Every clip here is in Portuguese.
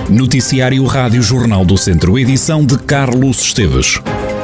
Noticiário Rádio Jornal do Centro, edição de Carlos Esteves.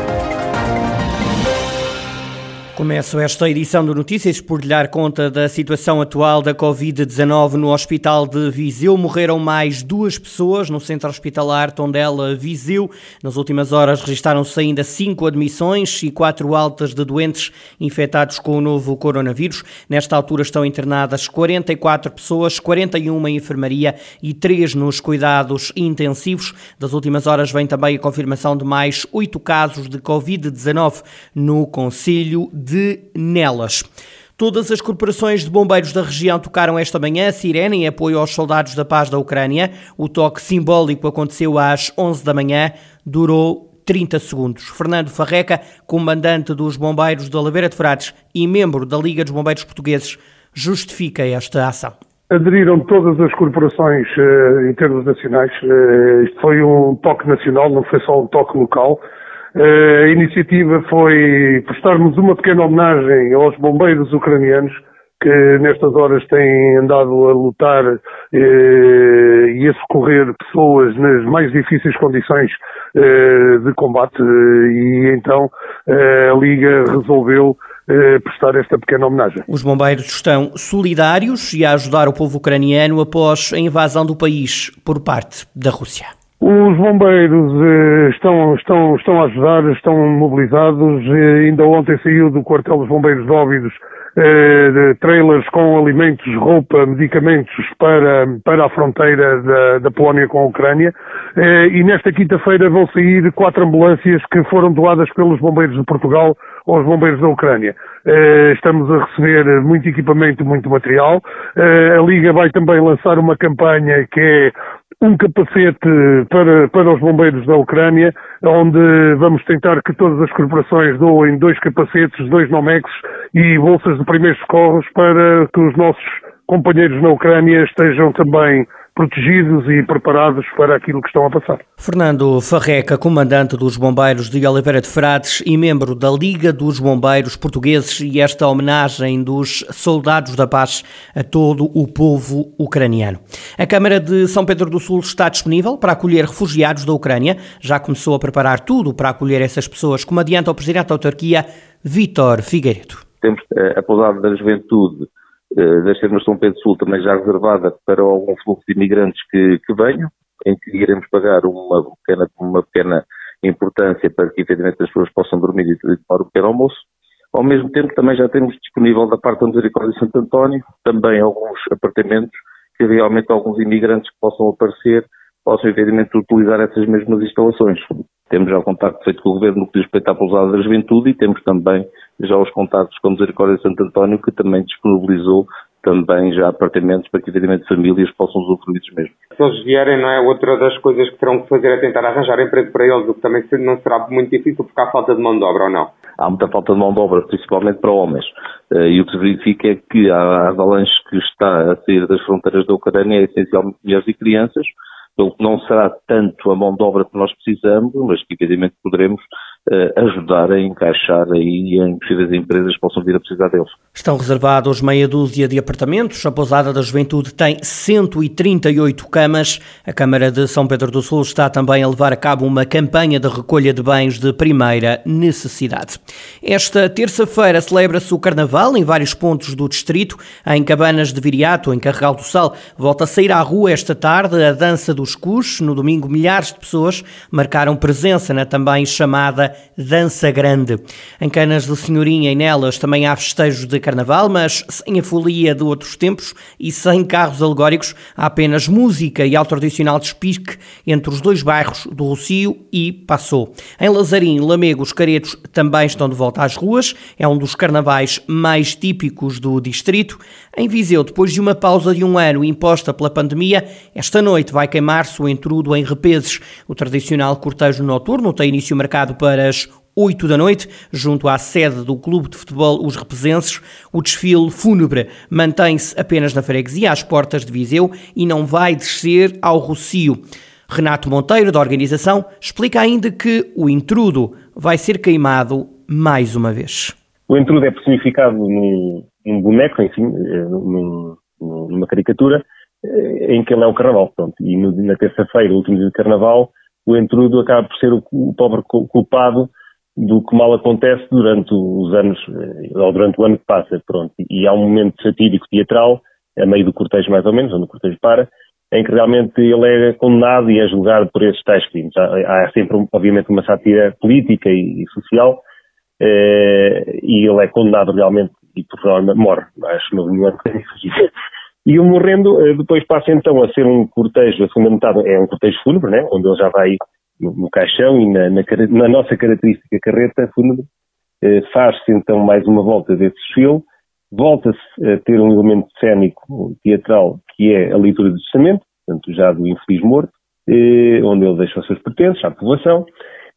Começo esta edição de notícias por lhe dar conta da situação atual da Covid-19 no Hospital de Viseu. Morreram mais 2 pessoas no Centro Hospitalar Tondela Viseu. Nas últimas horas registaram-se ainda 5 admissões e 4 altas de doentes infectados com o novo coronavírus. Nesta altura estão internadas 44 pessoas, 41 em enfermaria e 3 nos cuidados intensivos. Das últimas horas vem também a confirmação de mais 8 casos de Covid-19 no concelho de Nelas. Todas as corporações de bombeiros da região tocaram esta manhã a sirene em apoio aos soldados da paz da Ucrânia. O toque simbólico aconteceu às 11 da manhã, durou 30 segundos. Fernando Farreca, comandante dos bombeiros de Oliveira de Frades e membro da Liga dos Bombeiros Portugueses, justifica esta ação. Aderiram todas as corporações em termos nacionais. Isto foi um toque nacional, não foi só um toque local. A iniciativa foi prestarmos uma pequena homenagem aos bombeiros ucranianos que nestas horas têm andado a lutar e a socorrer pessoas nas mais difíceis condições de combate e então a Liga resolveu prestar esta pequena homenagem. Os bombeiros estão solidários e a ajudar o povo ucraniano após a invasão do país por parte da Rússia. Os bombeiros estão a ajudar, estão mobilizados. Ainda ontem saiu do quartel dos bombeiros de Óbidos trailers com alimentos, roupa, medicamentos para a fronteira da Polónia com a Ucrânia. E nesta quinta-feira vão sair 4 ambulâncias que foram doadas pelos bombeiros de Portugal aos bombeiros da Ucrânia. Estamos a receber muito equipamento, muito material. A Liga vai também lançar uma campanha que é um capacete para os bombeiros da Ucrânia, onde vamos tentar que todas as corporações doem 2 capacetes, 2 Nomex e bolsas de primeiros socorros para que os nossos companheiros na Ucrânia estejam também protegidos e preparados para aquilo que estão a passar. Fernando Farreca, comandante dos bombeiros de Oliveira de Frades e membro da Liga dos Bombeiros Portugueses, e esta homenagem dos soldados da paz a todo o povo ucraniano. A Câmara de São Pedro do Sul está disponível para acolher refugiados da Ucrânia. Já começou a preparar tudo para acolher essas pessoas, como adianta o Presidente da Autarquia, Vítor Figueiredo. Temos a pousada da juventude das termas de São Pedro do Sul também já reservada para algum fluxo de imigrantes que venham, em que iremos pagar uma pequena importância para que efetivamente as pessoas possam dormir e tomar o pequeno almoço. Ao mesmo tempo também já temos disponível da parte da Misericórdia de Santo António também alguns apartamentos que realmente alguns imigrantes que possam aparecer possam evidentemente utilizar essas mesmas instalações. Temos já o contacto feito com o Governo no que diz respeito à pousada da juventude e temos também já os contactos com a Misericórdia de Santo António, que também disponibilizou também já apartamentos para que evidentemente famílias possam usufruir dos mesmos. Se eles vierem, não é? Outra das coisas que terão que fazer é tentar arranjar emprego para eles, o que também não será muito difícil porque há falta de mão de obra, ou não? Há muita falta de mão de obra, principalmente para homens. E o que se verifica é que a avalanche que está a sair das fronteiras da Ucrânia é essencialmente mulheres e crianças, pelo que não será tanto a mão de obra que nós precisamos, mas que evidentemente poderemos ajudar a encaixar aí em possíveis empresas que possam vir a precisar deles. Estão reservados meia dúzia de apartamentos. A pousada da juventude tem 138 camas. A Câmara de São Pedro do Sul está também a levar a cabo uma campanha de recolha de bens de primeira necessidade. Esta terça-feira celebra-se o Carnaval em vários pontos do distrito. Em Cabanas de Viriato, em Carregal do Sal, volta a sair à rua esta tarde a dança dos Cus. No domingo, milhares de pessoas marcaram presença na também chamada Dança Grande. Em Canas de Senhorinha e Nelas também há festejos de Carnaval, mas sem a folia de outros tempos e sem carros alegóricos. Há apenas música e ao tradicional despique entre os 2 bairros do Rocio e Passou. Em Lazarim, Lamegos, Caretos também estão de volta às ruas. É um dos carnavais mais típicos do distrito. Em Viseu, depois de uma pausa de 1 ano imposta pela pandemia, esta noite vai queimar-se o entrudo em Repeses. O tradicional cortejo noturno tem início marcado para as 8 da noite, junto à sede do Clube de Futebol Os Repesenses. O desfile fúnebre mantém-se apenas na freguesia, às portas de Viseu, e não vai descer ao Rocio. Renato Monteiro, da organização, explica ainda que o intrudo vai ser queimado mais uma vez. O intrudo é personificado num boneco, enfim, numa caricatura, em que ele é o Carnaval. Pronto. E na terça-feira, o último dia de Carnaval, o Entrudo acaba por ser o pobre culpado do que mal acontece durante os anos, ou durante o ano que passa. Pronto. E há um momento satírico teatral, a meio do cortejo mais ou menos, onde o cortejo para, em que realmente ele é condenado e é julgado por esses tais crimes. Há sempre, obviamente, uma sátira política e social, e ele é condenado realmente e por norma morre. Acho que não nenhum ano. E o morrendo depois passa então a ser um cortejo, a segunda metade é um cortejo fúnebre, né? Onde ele já vai no caixão e na nossa característica carreta fúnebre. Faz-se então mais uma volta desse desfile, volta-se a ter um elemento cénico teatral que é a leitura do testamento, portanto já do infeliz morto, onde ele deixa os seus pertences à população,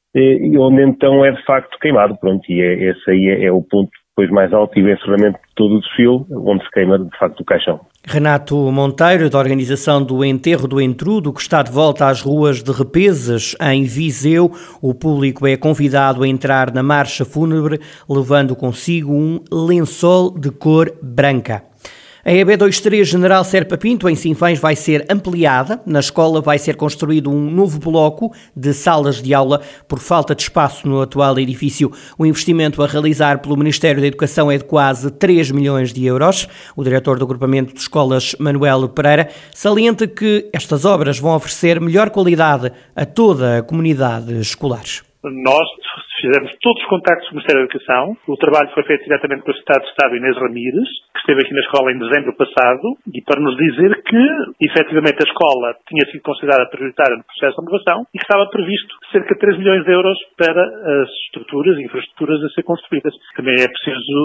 e onde então é de facto queimado, pronto, e esse aí é o ponto depois mais alto e o encerramento de todo o desfile, onde se queima de facto o caixão. Renato Monteiro, da organização do Enterro do Entrudo, que está de volta às ruas de Represas, em Viseu. O público é convidado a entrar na marcha fúnebre, levando consigo um lençol de cor branca. A EB23 General Serpa Pinto, em Sinfãs, vai ser ampliada. Na escola vai ser construído um novo bloco de salas de aula por falta de espaço no atual edifício. O investimento a realizar pelo Ministério da Educação é de quase 3 milhões de euros. O diretor do agrupamento de escolas, Manuel Pereira, salienta que estas obras vão oferecer melhor qualidade a toda a comunidade escolar. Nós fizemos todos os contactos com o Ministério da Educação. O trabalho foi feito diretamente com a Secretária de Estado Inês Ramírez, que esteve aqui na escola em dezembro passado, e para nos dizer que, efetivamente, a escola tinha sido considerada prioritária no processo de renovação e que estava previsto cerca de 3 milhões de euros para as estruturas e infraestruturas a ser construídas. Também é preciso,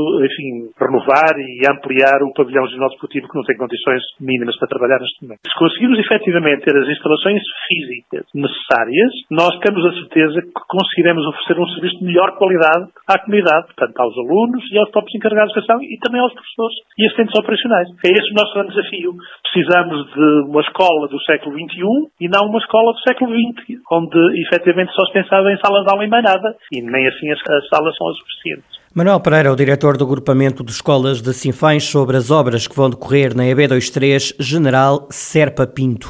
renovar e ampliar o pavilhão regional desportivo, que não tem condições mínimas para trabalhar neste momento. Se conseguirmos, efetivamente, ter as instalações físicas necessárias, nós temos a certeza que conseguiremos oferecer um serviço de melhor qualidade à comunidade, portanto, aos alunos e aos próprios encarregados de educação e também aos professores e assistentes operacionais. É esse o nosso grande desafio. Precisamos de uma escola do século XXI e não uma escola do século XX, onde, efetivamente, só se pensava em salas de aula e mais nada, e nem assim as salas são as suficientes. Manuel Pereira, o diretor do agrupamento de escolas de Sinfãs, sobre as obras que vão decorrer na EB23 General Serpa Pinto.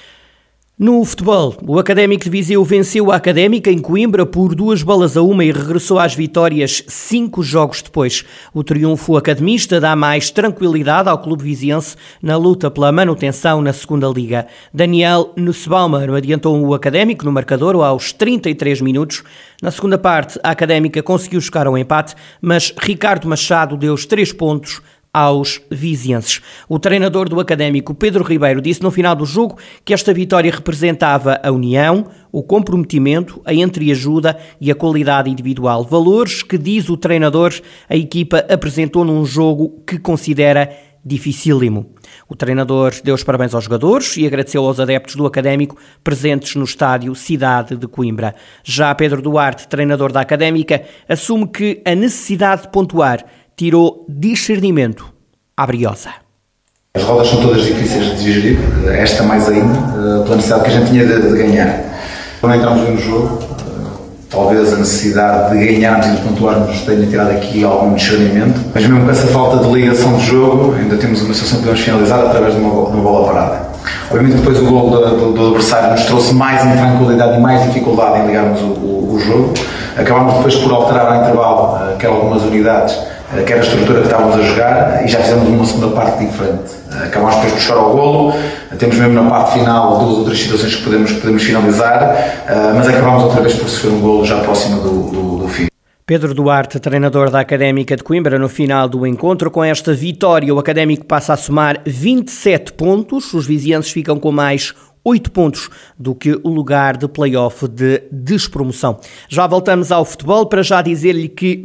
No futebol, o Académico de Viseu venceu a Académica em Coimbra por 2-1 e regressou às vitórias 5 jogos depois. O triunfo academista dá mais tranquilidade ao clube viziense na luta pela manutenção na segunda liga. Daniel Nussbaumer adiantou o Académico no marcador aos 33 minutos. Na segunda parte, a Académica conseguiu chegar ao empate, mas Ricardo Machado deu os 3 pontos aos vizienses. O treinador do Académico, Pedro Ribeiro, disse no final do jogo que esta vitória representava a união, o comprometimento, a entreajuda e a qualidade individual. Valores que, diz o treinador, a equipa apresentou num jogo que considera dificílimo. O treinador deu os parabéns aos jogadores e agradeceu aos adeptos do Académico presentes no estádio Cidade de Coimbra. Já Pedro Duarte, treinador da Académica, assume que a necessidade de pontuar tirou discernimento à Briosa. As rodas são todas difíceis de digerir, esta mais ainda, pela necessidade que a gente tinha de ganhar. Quando entramos no jogo, talvez a necessidade de ganharmos e de pontuarmos tenha tirado aqui algum discernimento, mas mesmo com essa falta de ligação de jogo, ainda temos uma situação que podemos finalizar através de uma bola parada. Obviamente depois o gol do adversário nos trouxe mais intranquilidade e mais dificuldade em ligarmos o jogo. Acabámos depois por alterar ao intervalo, quer algumas unidades, quer a estrutura que estávamos a jogar, e já fizemos uma segunda parte diferente. Acabámos depois por chegar ao golo, temos mesmo na parte final 2 ou 3 situações que podemos finalizar, mas acabámos outra vez por sofrer um golo já próximo do fim. Pedro Duarte, treinador da Académica de Coimbra, no final do encontro. Com esta vitória, o Académico passa a somar 27 pontos, os vizienses ficam com mais 8 pontos do que o lugar de play-off de despromoção. Já voltamos ao futebol, para já dizer-lhe que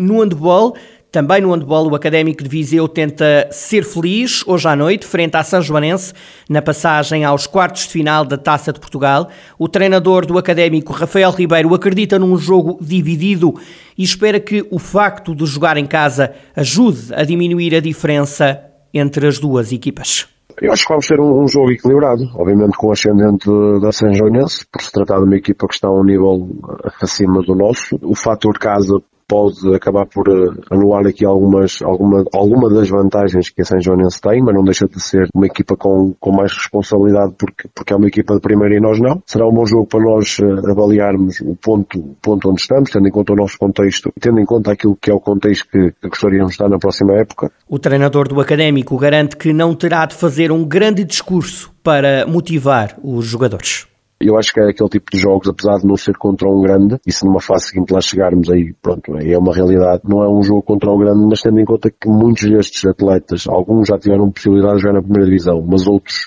também no handball, o Académico de Viseu tenta ser feliz hoje à noite, frente à São Joanense, na passagem aos quartos de final da Taça de Portugal. O treinador do Académico, Rafael Ribeiro, acredita num jogo dividido e espera que o facto de jogar em casa ajude a diminuir a diferença entre as duas equipas. Eu acho que vamos ter um jogo equilibrado, obviamente com o ascendente da São Joanense, por se tratar de uma equipa que está a um nível acima do nosso. O fator casa pode acabar por anular aqui alguma das vantagens que a São Joanense tem, mas não deixa de ser uma equipa com mais responsabilidade porque é uma equipa de primeira e nós não. Será um bom jogo para nós avaliarmos o ponto onde estamos, tendo em conta o nosso contexto, tendo em conta aquilo que é o contexto que gostaríamos de estar na próxima época. O treinador do Académico garante que não terá de fazer um grande discurso para motivar os jogadores. Eu acho que é aquele tipo de jogos, apesar de não ser contra um grande, e se numa fase seguinte lá chegarmos aí, pronto, é uma realidade, não é um jogo contra um grande, mas tendo em conta que muitos destes atletas, alguns já tiveram possibilidade de jogar na primeira divisão, mas outros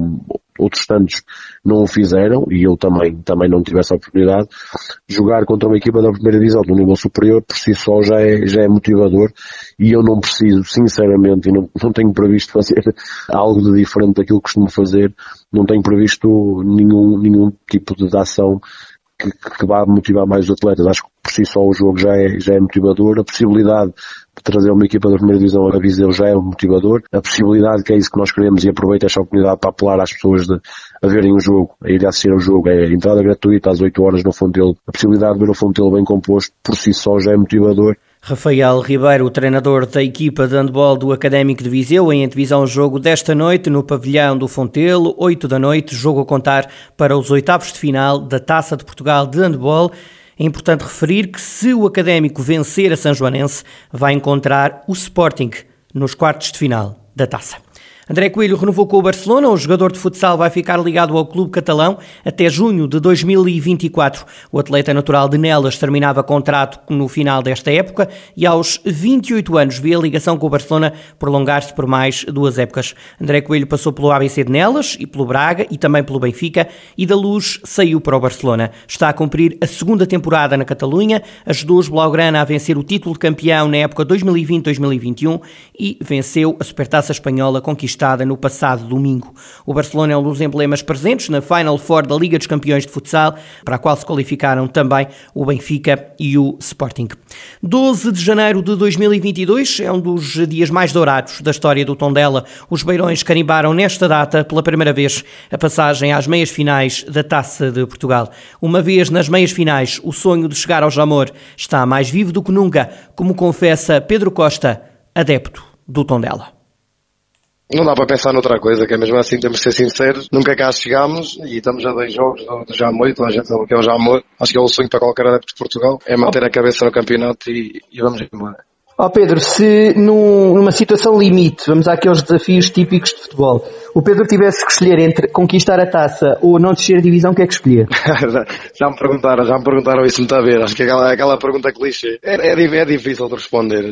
tantos não o fizeram, e eu também não tive essa oportunidade. Jogar contra uma equipa da primeira divisão do nível superior, por si só já é motivador, e eu não preciso, sinceramente, e não tenho previsto fazer algo de diferente daquilo que costumo fazer, não tenho previsto nenhum tipo de ação que vá motivar mais os atletas. Acho que por si só o jogo já é motivador. A possibilidade de trazer uma equipa da primeira divisão a Viseu já é um motivador. A possibilidade, que é isso que nós queremos, e aproveito esta oportunidade para apelar às pessoas a verem o jogo, a ir assistir ao jogo, é entrada gratuita às 8 horas no Fontelo. A possibilidade de ver o Fontelo bem composto por si só já é motivador. Rafael Ribeiro, o treinador da equipa de handball do Académico de Viseu, em antevisão ao jogo desta noite no pavilhão do Fontelo, 8 da noite, jogo a contar para os oitavos de final da Taça de Portugal de handball. É importante referir que se o Académico vencer a São Joanense, vai encontrar o Sporting nos quartos de final da Taça. André Coelho renovou com o Barcelona. O jogador de futsal vai ficar ligado ao clube catalão até junho de 2024. O atleta natural de Nelas terminava contrato no final desta época e aos 28 anos via a ligação com o Barcelona prolongar-se por mais 2 épocas. André Coelho passou pelo ABC de Nelas e pelo Braga e também pelo Benfica e da Luz saiu para o Barcelona. Está a cumprir a 2ª temporada na Catalunha, ajudou os Blaugrana a vencer o título de campeão na época 2020-2021 e venceu a Supertaça Espanhola conquistada no passado domingo. O Barcelona é um dos emblemas presentes na Final Four da Liga dos Campeões de Futsal, para a qual se qualificaram também o Benfica e o Sporting. 12 de janeiro de 2022 é um dos dias mais dourados da história do Tondela. Os beirões carimbaram nesta data, pela primeira vez, a passagem às meias finais da Taça de Portugal. Uma vez nas meias finais, o sonho de chegar ao Jamor está mais vivo do que nunca, como confessa Pedro Costa, adepto do Tondela. Não dá para pensar noutra coisa, que é mesmo assim, temos de ser sinceros. Nunca cá chegámos e estamos a 2 jogos do Jamor, toda a gente sabe o que é o Jamor. Acho que é o sonho para qualquer adepto de Portugal, é manter a cabeça no campeonato e vamos embora. Pedro, se numa situação limite, vamos àqueles desafios típicos de futebol, o Pedro tivesse que escolher entre conquistar a taça ou não descer a divisão, o que é que escolher? já me perguntaram isso muita vez. Acho que aquela pergunta clichê. É difícil de responder.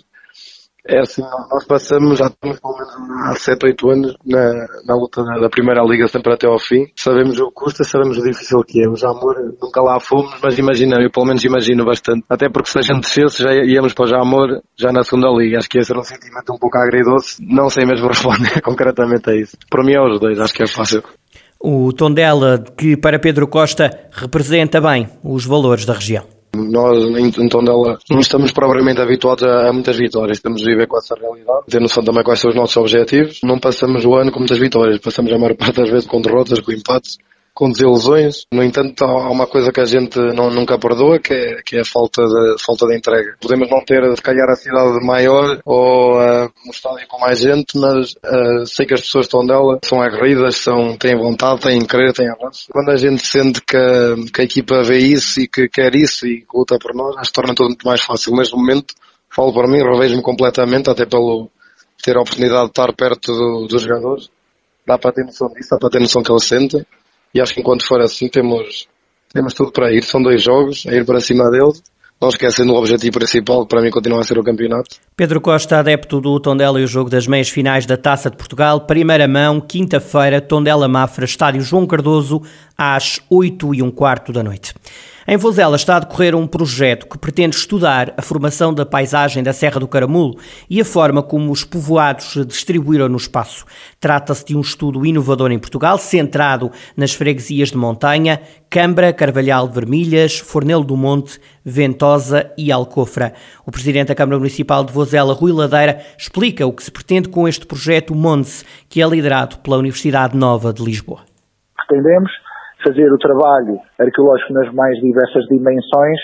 É assim, nós passamos, já estamos pelo menos há 7, 8 anos na luta da Primeira Liga, sempre até ao fim. Sabemos o que custa, sabemos o difícil que é. O Jamor nunca lá fomos, mas eu pelo menos imagino bastante. Até porque se a gente descesse, já íamos para o Jamor, já na 2ª Liga. Acho que ia ser um sentimento um pouco agridoce. Não sei mesmo responder concretamente a isso. Para mim é os dois, acho que é fácil. O Tondela, que para Pedro Costa representa bem os valores da região. Nós, em Tondela, não estamos propriamente habituados a muitas vitórias. Temos de viver com essa realidade, ter noção também quais são os nossos objetivos. Não passamos o ano com muitas vitórias, passamos a maior parte das vezes com derrotas, com empates, com desilusões. No entanto, há uma coisa que a gente nunca perdoa, que é a falta de entrega. Podemos não ter, se calhar, a cidade maior ou um estádio com mais gente, mas sei que as pessoas de Tondela são aguerridas, têm vontade, têm querer, têm avanço. Quando a gente sente que a equipa vê isso e que quer isso e que luta por nós, acho que torna tudo muito mais fácil. Mas no momento, falo para mim, revejo-me completamente, até pelo ter a oportunidade de estar perto dos jogadores. Dá para ter noção disso, dá para ter noção que eles sentem. E acho que enquanto for assim temos tudo para ir. São 2 jogos, a ir para cima deles, não esquecendo o objetivo principal, que para mim continua a ser o campeonato. Pedro Costa, adepto do Tondela e o jogo das meias finais da Taça de Portugal, primeira mão, quinta-feira, Tondela-Mafra, estádio João Cardoso, às 8h15 da noite. Em Vozela está a decorrer um projeto que pretende estudar a formação da paisagem da Serra do Caramulo e a forma como os povoados se distribuíram no espaço. Trata-se de um estudo inovador em Portugal, centrado nas freguesias de montanha, Cambra, Carvalhal de Vermelhas, Fornelo do Monte, Ventosa e Alcofra. O presidente da Câmara Municipal de Vozela, Rui Ladeira, explica o que se pretende com este projeto MONDES, que é liderado pela Universidade Nova de Lisboa. Pretendemos fazer o trabalho arqueológico nas mais diversas dimensões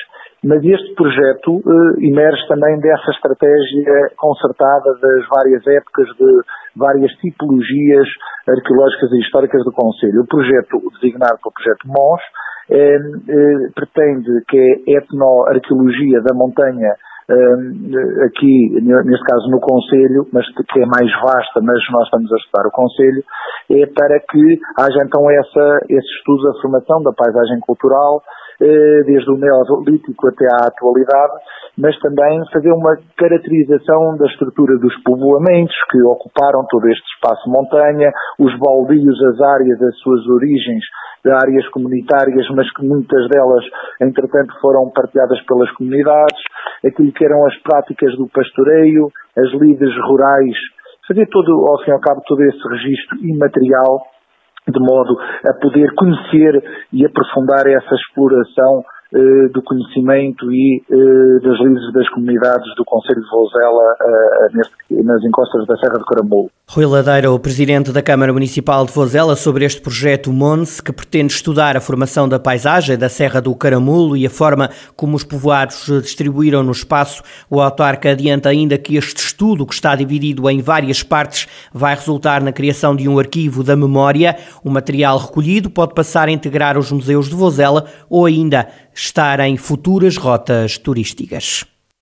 Mas este projeto emerge também dessa estratégia concertada das várias épocas, de várias tipologias arqueológicas e históricas do concelho. O projeto, designado pelo projeto MOS, pretende que a etnoarqueologia da montanha, aqui, neste caso no concelho, mas que é mais vasta, mas nós estamos a estudar o concelho, é para que haja então esse estudo da formação da paisagem cultural, desde o Neolítico até à atualidade, mas também fazer uma caracterização da estrutura dos povoamentos que ocuparam todo este espaço montanha, os baldios, as áreas, as suas origens, de áreas comunitárias, mas que muitas delas, entretanto, foram partilhadas pelas comunidades, aquilo que eram as práticas do pastoreio, as lides rurais, fazer todo, ao fim e ao cabo, todo esse registro imaterial, de modo a poder conhecer e aprofundar essa exploração do conhecimento e das lides das comunidades do concelho de Vozela nas encostas da Serra do Caramulo. Rui Ladeira, o presidente da Câmara Municipal de Vozela, sobre este projeto MONS, que pretende estudar a formação da paisagem da Serra do Caramulo e a forma como os povoados distribuíram no espaço. O autarca adianta ainda que este estudo, que está dividido em várias partes, vai resultar na criação de um arquivo da memória. O material recolhido pode passar a integrar os museus de Vozela ou ainda estar em futuras rotas turísticas.